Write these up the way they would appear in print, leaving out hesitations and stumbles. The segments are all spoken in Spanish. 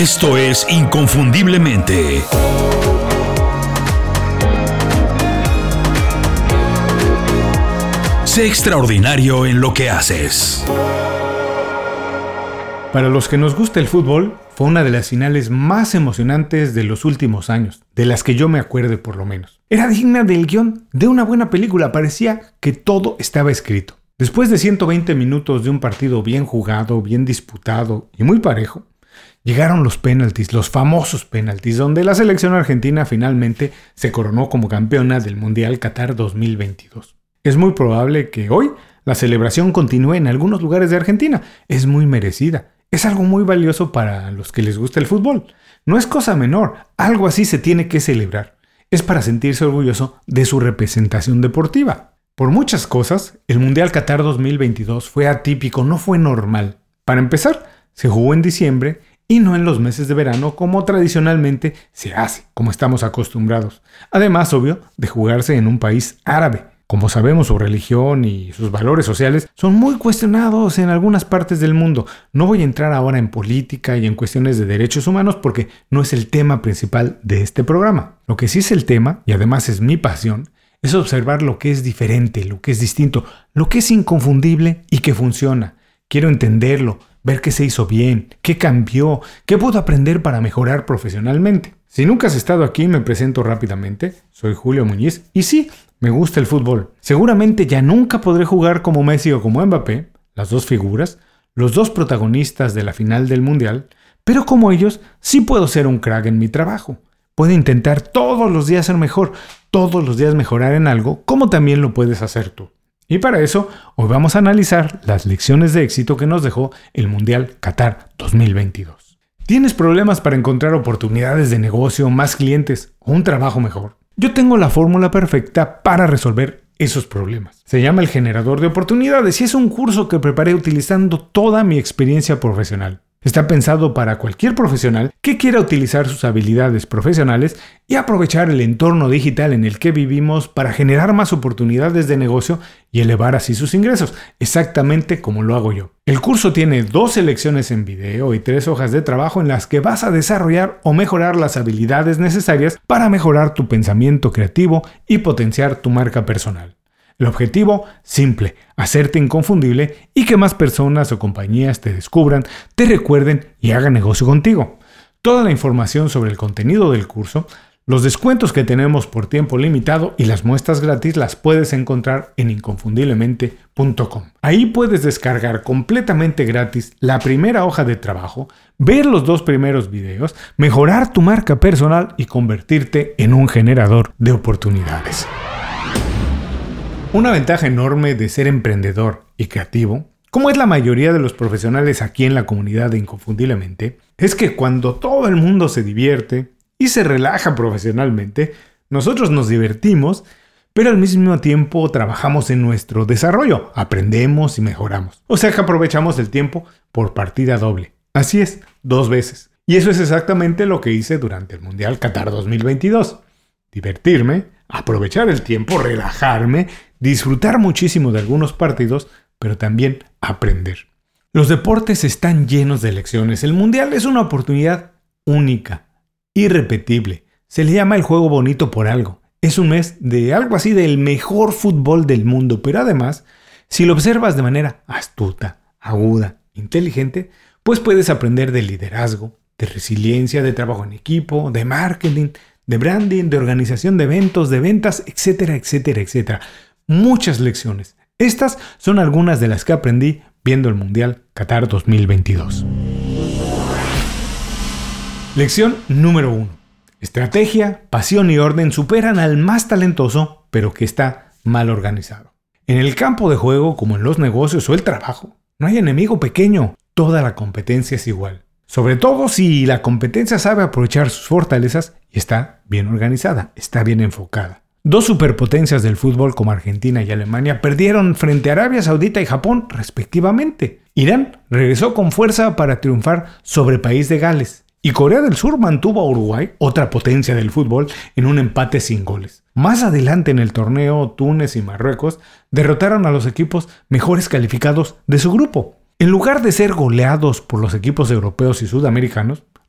Esto es Inconfundiblemente. Sé extraordinario en lo que haces. Para los que nos gusta el fútbol, fue una de las finales más emocionantes de los últimos años, de las que yo me acuerde por lo menos. Era digna del guión de una buena película, parecía que todo estaba escrito. Después de 120 minutos de un partido bien jugado, bien disputado y muy parejo, llegaron los penaltis, los famosos penaltis, donde la selección argentina finalmente se coronó como campeona del Mundial Qatar 2022. Es muy probable que hoy la celebración continúe en algunos lugares de Argentina. Es muy merecida. Es algo muy valioso para los que les gusta el fútbol. No es cosa menor. Algo así se tiene que celebrar. Es para sentirse orgulloso de su representación deportiva. Por muchas cosas, el Mundial Qatar 2022 fue atípico, no fue normal. Para empezar, se jugó en diciembre y no en los meses de verano como tradicionalmente se hace, como estamos acostumbrados. Además, obvio, de jugarse en un país árabe. Como sabemos, su religión y sus valores sociales son muy cuestionados en algunas partes del mundo. No voy a entrar ahora en política y en cuestiones de derechos humanos porque no es el tema principal de este programa. Lo que sí es el tema, y además es mi pasión, es observar lo que es diferente, lo que es distinto, lo que es inconfundible y que funciona. Quiero entenderlo, ver qué se hizo bien, qué cambió, qué puedo aprender para mejorar profesionalmente. Si nunca has estado aquí, me presento rápidamente. Soy Julio Muñiz y sí, me gusta el fútbol. Seguramente ya nunca podré jugar como Messi o como Mbappé, las dos figuras, los dos protagonistas de la final del Mundial, pero como ellos sí puedo ser un crack en mi trabajo. Puedo intentar todos los días ser mejor, todos los días mejorar en algo, como también lo puedes hacer tú. Y para eso, hoy vamos a analizar las lecciones de éxito que nos dejó el Mundial Qatar 2022. ¿Tienes problemas para encontrar oportunidades de negocio, más clientes o un trabajo mejor? Yo tengo la fórmula perfecta para resolver esos problemas. Se llama el generador de oportunidades y es un curso que preparé utilizando toda mi experiencia profesional. Está pensado para cualquier profesional que quiera utilizar sus habilidades profesionales y aprovechar el entorno digital en el que vivimos para generar más oportunidades de negocio y elevar así sus ingresos, exactamente como lo hago yo. El curso tiene 2 lecciones en video y 3 hojas de trabajo en las que vas a desarrollar o mejorar las habilidades necesarias para mejorar tu pensamiento creativo y potenciar tu marca personal. El objetivo, simple, hacerte inconfundible y que más personas o compañías te descubran, te recuerden y hagan negocio contigo. Toda la información sobre el contenido del curso, los descuentos que tenemos por tiempo limitado y las muestras gratis las puedes encontrar en inconfundiblemente.com. Ahí puedes descargar completamente gratis la primera hoja de trabajo, ver los 2 primeros videos, mejorar tu marca personal y convertirte en un generador de oportunidades. Una ventaja enorme de ser emprendedor y creativo, como es la mayoría de los profesionales aquí en la comunidad de Inconfundiblemente, es que cuando todo el mundo se divierte y se relaja profesionalmente, nosotros nos divertimos, pero al mismo tiempo trabajamos en nuestro desarrollo, aprendemos y mejoramos. O sea que aprovechamos el tiempo por partida doble. Así es, 2 veces. Y eso es exactamente lo que hice durante el Mundial Qatar 2022. Divertirme, aprovechar el tiempo, relajarme, disfrutar muchísimo de algunos partidos, pero también aprender. Los deportes están llenos de lecciones. El Mundial es una oportunidad única, irrepetible. Se le llama el juego bonito por algo. Es un mes de algo así del mejor fútbol del mundo, pero además, si lo observas de manera astuta, aguda, inteligente, pues puedes aprender de liderazgo, de resiliencia, de trabajo en equipo, de marketing, de branding, de organización de eventos, de ventas, etcétera, etcétera, etcétera. Muchas lecciones. Estas son algunas de las que aprendí viendo el Mundial Qatar 2022. Lección número 1. Estrategia, pasión y orden superan al más talentoso, pero que está mal organizado. En el campo de juego, como en los negocios o el trabajo, no hay enemigo pequeño. Toda la competencia es igual. Sobre todo si la competencia sabe aprovechar sus fortalezas y está bien organizada, está bien enfocada. 2 superpotencias del fútbol como Argentina y Alemania perdieron frente a Arabia Saudita y Japón respectivamente. Irán regresó con fuerza para triunfar sobre País de Gales. Y Corea del Sur mantuvo a Uruguay, otra potencia del fútbol, en un empate sin goles. Más adelante en el torneo, Túnez y Marruecos derrotaron a los equipos mejores calificados de su grupo. En lugar de ser goleados por los equipos europeos y sudamericanos,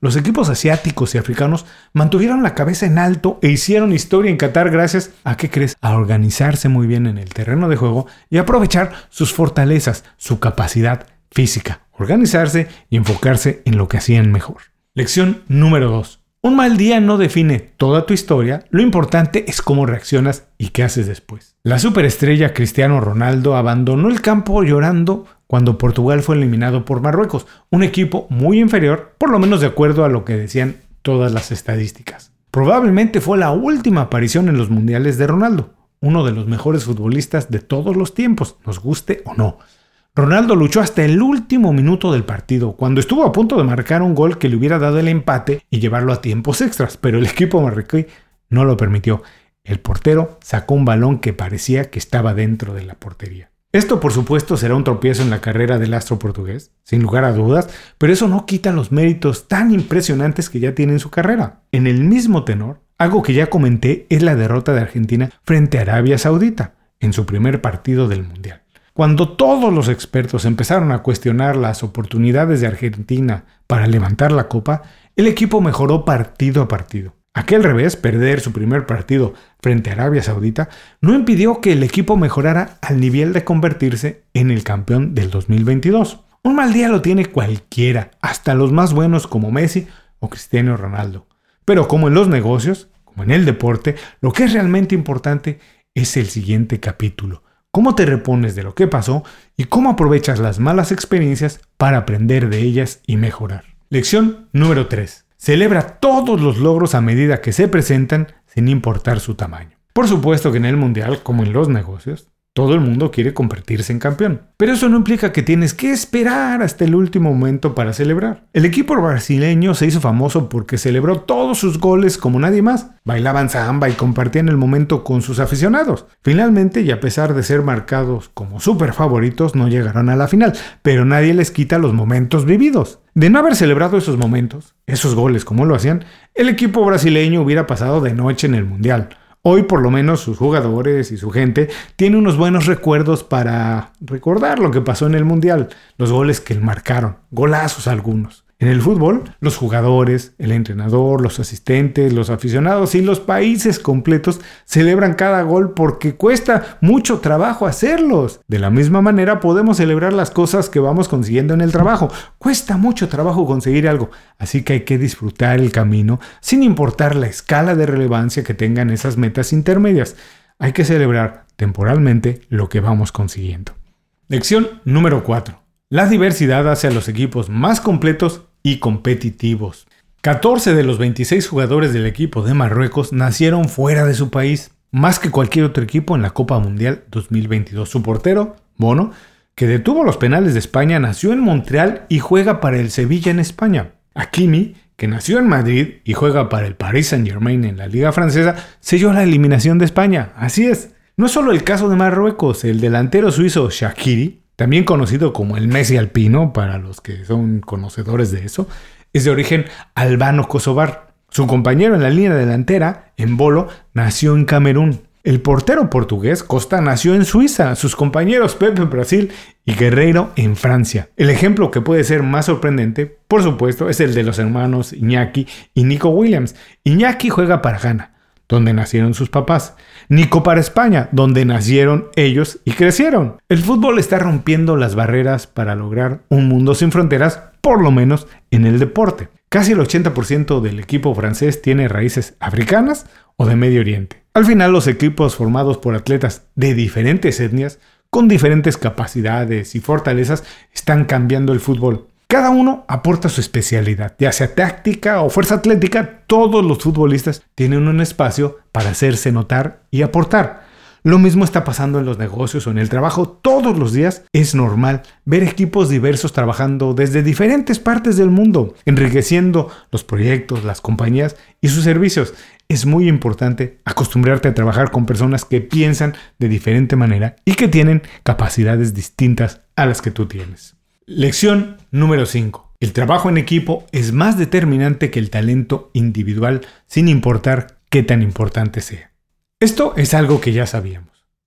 Los equipos asiáticos y africanos mantuvieron la cabeza en alto e hicieron historia en Qatar gracias a, ¿qué crees?, a organizarse muy bien en el terreno de juego y aprovechar sus fortalezas, su capacidad física, organizarse y enfocarse en lo que hacían mejor. Lección número 2. Un mal día no define toda tu historia, lo importante es cómo reaccionas y qué haces después. La superestrella Cristiano Ronaldo abandonó el campo llorando cuando Portugal fue eliminado por Marruecos, un equipo muy inferior, por lo menos de acuerdo a lo que decían todas las estadísticas. Probablemente fue la última aparición en los mundiales de Ronaldo, uno de los mejores futbolistas de todos los tiempos, nos guste o no. Ronaldo luchó hasta el último minuto del partido, cuando estuvo a punto de marcar un gol que le hubiera dado el empate y llevarlo a tiempos extras, pero el equipo marroquí no lo permitió. El portero sacó un balón que parecía que estaba dentro de la portería. Esto, por supuesto, será un tropiezo en la carrera del astro portugués, sin lugar a dudas, pero eso no quita los méritos tan impresionantes que ya tiene en su carrera. En el mismo tenor, algo que ya comenté es la derrota de Argentina frente a Arabia Saudita, en su primer partido del Mundial. Cuando todos los expertos empezaron a cuestionar las oportunidades de Argentina para levantar la copa, el equipo mejoró partido a partido. Aquel revés, perder su primer partido frente a Arabia Saudita, no impidió que el equipo mejorara al nivel de convertirse en el campeón del 2022. Un mal día lo tiene cualquiera, hasta los más buenos como Messi o Cristiano Ronaldo. Pero como en los negocios, como en el deporte, lo que es realmente importante es el siguiente capítulo. Cómo te repones de lo que pasó y cómo aprovechas las malas experiencias para aprender de ellas y mejorar. Lección número 3. Celebra todos los logros a medida que se presentan sin importar su tamaño. Por supuesto que en el mundial, como en los negocios, todo el mundo quiere convertirse en campeón. Pero eso no implica que tienes que esperar hasta el último momento para celebrar. El equipo brasileño se hizo famoso porque celebró todos sus goles como nadie más. Bailaban samba y compartían el momento con sus aficionados. Finalmente, y a pesar de ser marcados como súper favoritos, no llegaron a la final. Pero nadie les quita los momentos vividos. De no haber celebrado esos momentos, esos goles como lo hacían, el equipo brasileño hubiera pasado de noche en el mundial. Hoy por lo menos sus jugadores y su gente tienen unos buenos recuerdos para recordar lo que pasó en el Mundial, los goles que marcaron, golazos algunos. En el fútbol, los jugadores, el entrenador, los asistentes, los aficionados y los países completos celebran cada gol porque cuesta mucho trabajo hacerlos. De la misma manera podemos celebrar las cosas que vamos consiguiendo en el trabajo. Cuesta mucho trabajo conseguir algo, así que hay que disfrutar el camino sin importar la escala de relevancia que tengan esas metas intermedias. Hay que celebrar temporalmente lo que vamos consiguiendo. Lección número 4. La diversidad hace a los equipos más completos y competitivos. 14 de los 26 jugadores del equipo de Marruecos nacieron fuera de su país, más que cualquier otro equipo en la Copa Mundial 2022. Su portero, Bono, que detuvo los penales de España, nació en Montreal y juega para el Sevilla en España. Hakimi, que nació en Madrid y juega para el Paris Saint-Germain en la Liga Francesa, selló la eliminación de España. Así es. No es solo el caso de Marruecos, el delantero suizo Shaqiri, también conocido como el Messi alpino, para los que son conocedores de eso, es de origen albano-kosovar. Su compañero en la línea delantera, Embolo, nació en Camerún. El portero portugués, Costa, nació en Suiza. Sus compañeros Pepe en Brasil y Guerreiro en Francia. El ejemplo que puede ser más sorprendente, por supuesto, es el de los hermanos Iñaki y Nico Williams. Iñaki juega para Ghana, donde nacieron sus papás. Nico para España, donde nacieron ellos y crecieron. El fútbol está rompiendo las barreras para lograr un mundo sin fronteras, por lo menos en el deporte. Casi el 80% del equipo francés tiene raíces africanas o de Medio Oriente. Al final, los equipos formados por atletas de diferentes etnias, con diferentes capacidades y fortalezas, están cambiando el fútbol. Cada uno aporta su especialidad, ya sea táctica o fuerza atlética. Todos los futbolistas tienen un espacio para hacerse notar y aportar. Lo mismo está pasando en los negocios o en el trabajo. Todos los días es normal ver equipos diversos trabajando desde diferentes partes del mundo, enriqueciendo los proyectos, las compañías y sus servicios. Es muy importante acostumbrarte a trabajar con personas que piensan de diferente manera y que tienen capacidades distintas a las que tú tienes. Lección número 5. El trabajo en equipo es más determinante que el talento individual, sin importar qué tan importante sea. Esto es algo que ya sabíamos.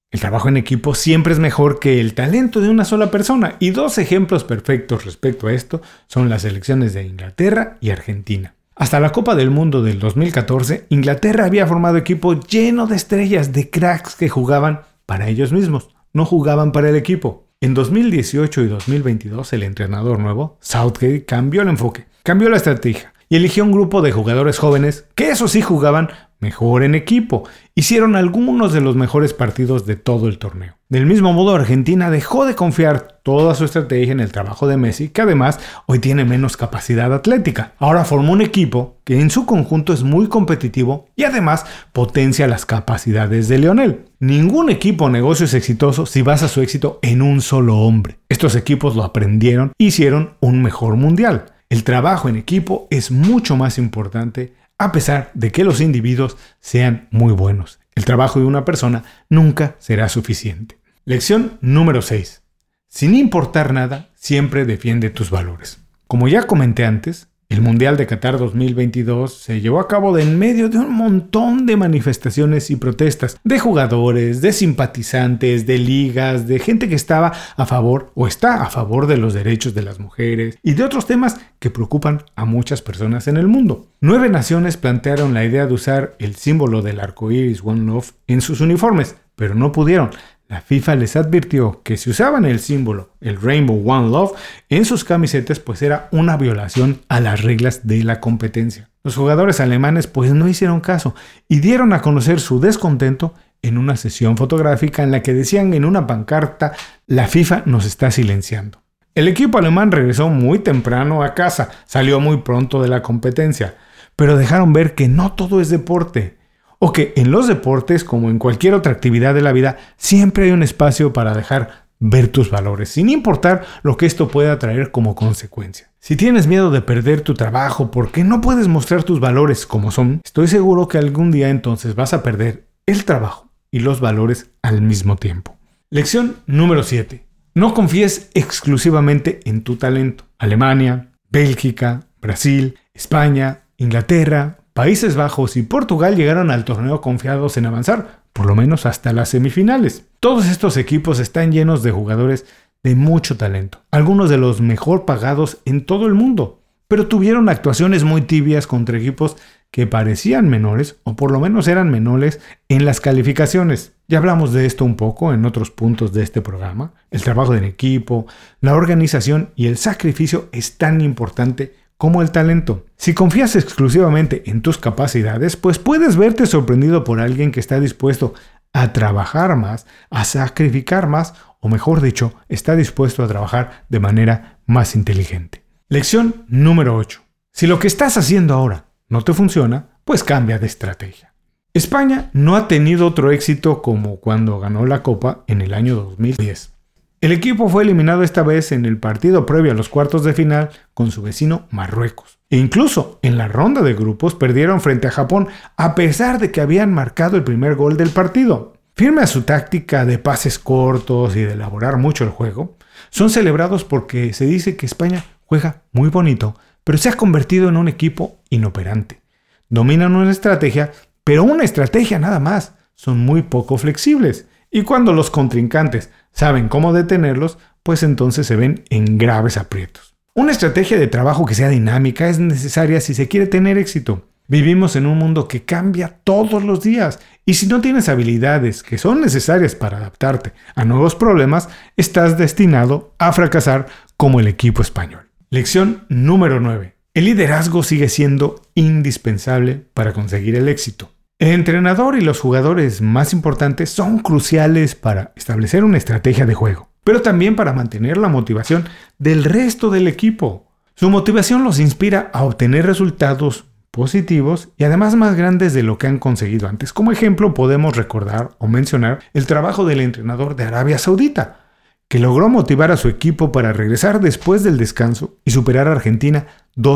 El trabajo en equipo siempre es mejor que el talento de una sola persona, y dos ejemplos perfectos respecto a esto son las selecciones de Inglaterra y Argentina. Hasta la Copa del Mundo del 2014, Inglaterra había formado equipo lleno de estrellas, de cracks que jugaban para ellos mismos, no jugaban para el equipo. En 2018 y 2022, el entrenador nuevo, Southgate, cambió el enfoque, cambió la estrategia y eligió un grupo de jugadores jóvenes que eso sí jugaban mejor en equipo. Hicieron algunos de los mejores partidos de todo el torneo. Del mismo modo, Argentina dejó de confiar toda su estrategia en el trabajo de Messi, que además hoy tiene menos capacidad atlética. Ahora formó un equipo que en su conjunto es muy competitivo y además potencia las capacidades de Lionel. Ningún equipo o negocio es exitoso si basa su éxito en un solo hombre. Estos equipos lo aprendieron e hicieron un mejor mundial. El trabajo en equipo es mucho más importante a pesar de que los individuos sean muy buenos. El trabajo de una persona nunca será suficiente. Lección número 6. Sin importar nada, siempre defiende tus valores. Como ya comenté antes, el Mundial de Qatar 2022 se llevó a cabo en medio de un montón de manifestaciones y protestas de jugadores, de simpatizantes, de ligas, de gente que estaba a favor o está a favor de los derechos de las mujeres y de otros temas que preocupan a muchas personas en el mundo. 9 naciones plantearon la idea de usar el símbolo del arco iris One Love en sus uniformes, pero no pudieron. La FIFA les advirtió que si usaban el símbolo, el Rainbow One Love, en sus camisetas, pues era una violación a las reglas de la competencia. Los jugadores alemanes pues no hicieron caso y dieron a conocer su descontento en una sesión fotográfica en la que decían en una pancarta: la FIFA nos está silenciando. El equipo alemán regresó muy temprano a casa, salió muy pronto de la competencia, pero dejaron ver que no todo es deporte. O que en los deportes, como en cualquier otra actividad de la vida, siempre hay un espacio para dejar ver tus valores, sin importar lo que esto pueda traer como consecuencia. Si tienes miedo de perder tu trabajo porque no puedes mostrar tus valores como son, estoy seguro que algún día entonces vas a perder el trabajo y los valores al mismo tiempo. Lección número 7. No confíes exclusivamente en tu talento. Alemania, Bélgica, Brasil, España, Inglaterra, Países Bajos y Portugal llegaron al torneo confiados en avanzar, por lo menos hasta las semifinales. Todos estos equipos están llenos de jugadores de mucho talento, algunos de los mejor pagados en todo el mundo, pero tuvieron actuaciones muy tibias contra equipos que parecían menores, o por lo menos eran menores en las calificaciones. Ya hablamos de esto un poco en otros puntos de este programa. El trabajo en equipo, la organización y el sacrificio es tan importante como el talento. Si confías exclusivamente en tus capacidades, pues puedes verte sorprendido por alguien que está dispuesto a trabajar más, a sacrificar más, o mejor dicho, está dispuesto a trabajar de manera más inteligente. Lección número 8. Si lo que estás haciendo ahora no te funciona, pues cambia de estrategia. España no ha tenido otro éxito como cuando ganó la Copa en el año 2010. El equipo fue eliminado esta vez en el partido previo a los cuartos de final con su vecino Marruecos. E incluso en la ronda de grupos perdieron frente a Japón a pesar de que habían marcado el primer gol del partido. Firme a su táctica de pases cortos y de elaborar mucho el juego, son celebrados porque se dice que España juega muy bonito, pero se ha convertido en un equipo inoperante. Dominan una estrategia, pero una estrategia nada más. Son muy poco flexibles. Y cuando los contrincantes saben cómo detenerlos, pues entonces se ven en graves aprietos. Una estrategia de trabajo que sea dinámica es necesaria si se quiere tener éxito. Vivimos en un mundo que cambia todos los días y si no tienes habilidades que son necesarias para adaptarte a nuevos problemas, estás destinado a fracasar como el equipo español. Lección número 9. El liderazgo sigue siendo indispensable para conseguir el éxito. El entrenador y los jugadores más importantes son cruciales para establecer una estrategia de juego, pero también para mantener la motivación del resto del equipo. Su motivación los inspira a obtener resultados positivos y además más grandes de lo que han conseguido antes. Como ejemplo podemos recordar o mencionar el trabajo del entrenador de Arabia Saudita, que logró motivar a su equipo para regresar después del descanso y superar a Argentina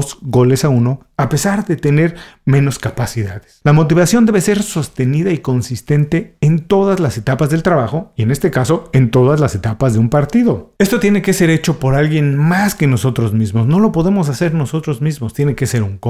2-1 a pesar de tener menos capacidades. La motivación debe ser sostenida y consistente en todas las etapas del trabajo y en este caso en todas las etapas de un partido. Esto tiene que ser hecho por alguien más que nosotros mismos. No lo podemos hacer nosotros mismos. Tiene que ser un coach,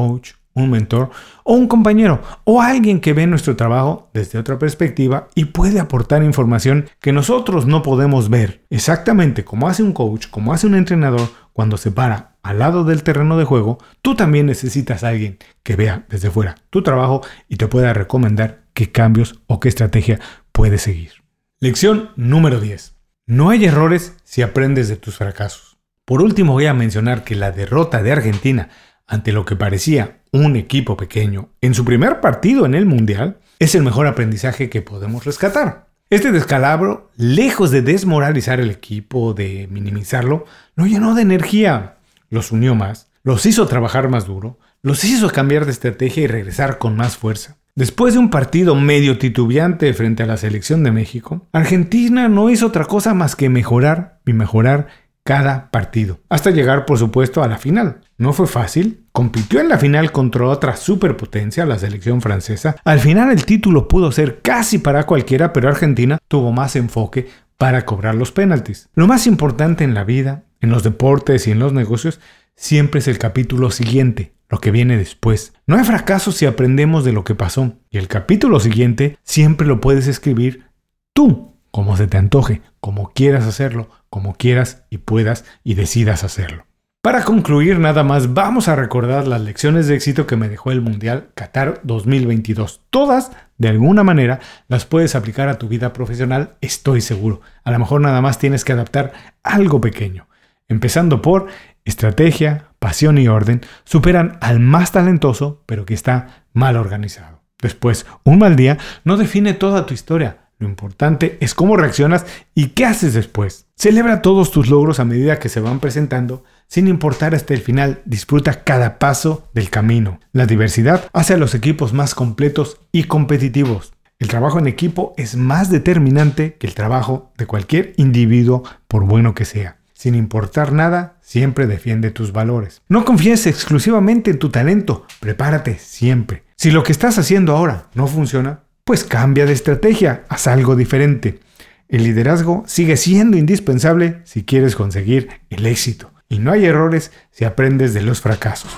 un mentor o un compañero o alguien que ve nuestro trabajo desde otra perspectiva y puede aportar información que nosotros no podemos ver. Exactamente como hace un coach, como hace un entrenador cuando se para al lado del terreno de juego, tú también necesitas a alguien que vea desde fuera tu trabajo y te pueda recomendar qué cambios o qué estrategia puedes seguir. Lección número 10. No hay errores si aprendes de tus fracasos. Por último, voy a mencionar que la derrota de Argentina ante lo que parecía un equipo pequeño en su primer partido en el Mundial es el mejor aprendizaje que podemos rescatar. Este descalabro, lejos de desmoralizar el equipo, de minimizarlo, lo llenó de energía, los unió más, los hizo trabajar más duro, los hizo cambiar de estrategia y regresar con más fuerza. Después de un partido medio titubeante frente a la selección de México, Argentina no hizo otra cosa más que mejorar y mejorar cada partido, hasta llegar por supuesto a la final. No fue fácil, compitió en la final contra otra superpotencia, la selección francesa. Al final el título pudo ser casi para cualquiera, pero Argentina tuvo más enfoque para cobrar los penaltis. Lo más importante en la vida, en los deportes y en los negocios, siempre es el capítulo siguiente, lo que viene después. No hay fracaso si aprendemos de lo que pasó, y el capítulo siguiente siempre lo puedes escribir tú, como se te antoje, como quieras hacerlo, como quieras y puedas y decidas hacerlo. Para concluir, nada más vamos a recordar las lecciones de éxito que me dejó el Mundial Qatar 2022. Todas, de alguna manera, las puedes aplicar a tu vida profesional, estoy seguro. A lo mejor nada más tienes que adaptar algo pequeño. Empezando por estrategia, pasión y orden, superan al más talentoso, pero que está mal organizado. Después, un mal día no define toda tu historia. Lo importante es cómo reaccionas y qué haces después. Celebra todos tus logros a medida que se van presentando, sin importar hasta el final. Disfruta cada paso del camino. La diversidad hace a los equipos más completos y competitivos. El trabajo en equipo es más determinante que el trabajo de cualquier individuo, por bueno que sea. Sin importar nada, siempre defiende tus valores. No confíes exclusivamente en tu talento. Prepárate siempre. Si lo que estás haciendo ahora no funciona, pues cambia de estrategia, haz algo diferente. El liderazgo sigue siendo indispensable si quieres conseguir el éxito. Y no hay errores si aprendes de los fracasos.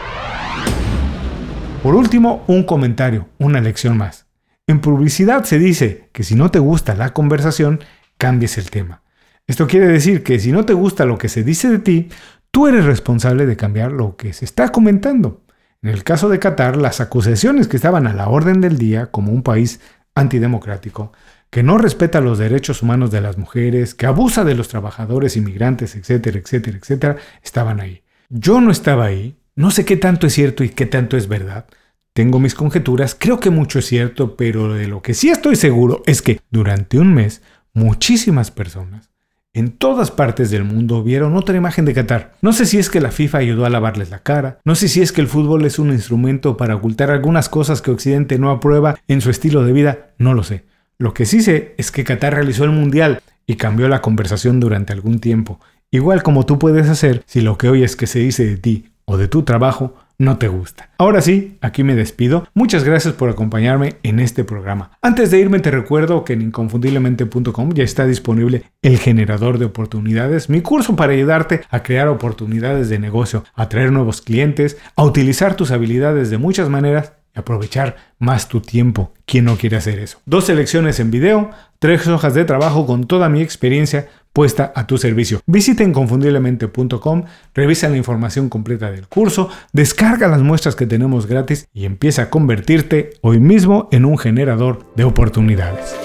Por último, un comentario, una lección más. En publicidad se dice que si no te gusta la conversación, cambies el tema. Esto quiere decir que si no te gusta lo que se dice de ti, tú eres responsable de cambiar lo que se está comentando. En el caso de Qatar, las acusaciones que estaban a la orden del día como un país antidemocrático, que no respeta los derechos humanos de las mujeres, que abusa de los trabajadores inmigrantes, etcétera, etcétera, etcétera, estaban ahí. Yo no estaba ahí, no sé qué tanto es cierto y qué tanto es verdad. Tengo mis conjeturas, creo que mucho es cierto, pero de lo que sí estoy seguro es que durante un mes muchísimas personas en todas partes del mundo vieron otra imagen de Qatar. No sé si es que la FIFA ayudó a lavarles la cara, no sé si es que el fútbol es un instrumento para ocultar algunas cosas que Occidente no aprueba en su estilo de vida, no lo sé. Lo que sí sé es que Qatar realizó el Mundial y cambió la conversación durante algún tiempo. Igual como tú puedes hacer si lo que oyes que se dice de ti o de tu trabajo no te gusta. Ahora sí, aquí me despido. Muchas gracias por acompañarme en este programa. Antes de irme te recuerdo que en inconfundiblemente.com ya está disponible el generador de oportunidades, mi curso para ayudarte a crear oportunidades de negocio, a atraer nuevos clientes, a utilizar tus habilidades de muchas maneras y aprovechar más tu tiempo. ¿Quién no quiere hacer eso? 2 lecciones en video, 3 hojas de trabajo con toda mi experiencia puesta a tu servicio. Visita inconfundiblemente.com, revisa la información completa del curso, descarga las muestras que tenemos gratis y empieza a convertirte hoy mismo en un generador de oportunidades.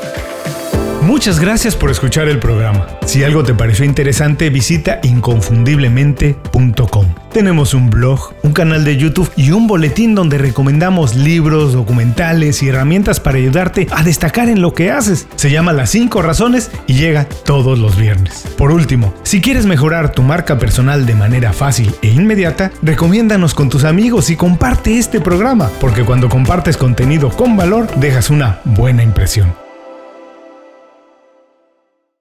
Muchas gracias por escuchar el programa. Si algo te pareció interesante, visita inconfundiblemente.com. Tenemos un blog, un canal de YouTube y un boletín donde recomendamos libros, documentales y herramientas para ayudarte a destacar en lo que haces. Se llama Las 5 Razones y llega todos los viernes. Por último, si quieres mejorar tu marca personal de manera fácil e inmediata, recomiéndanos con tus amigos y comparte este programa, porque cuando compartes contenido con valor, dejas una buena impresión.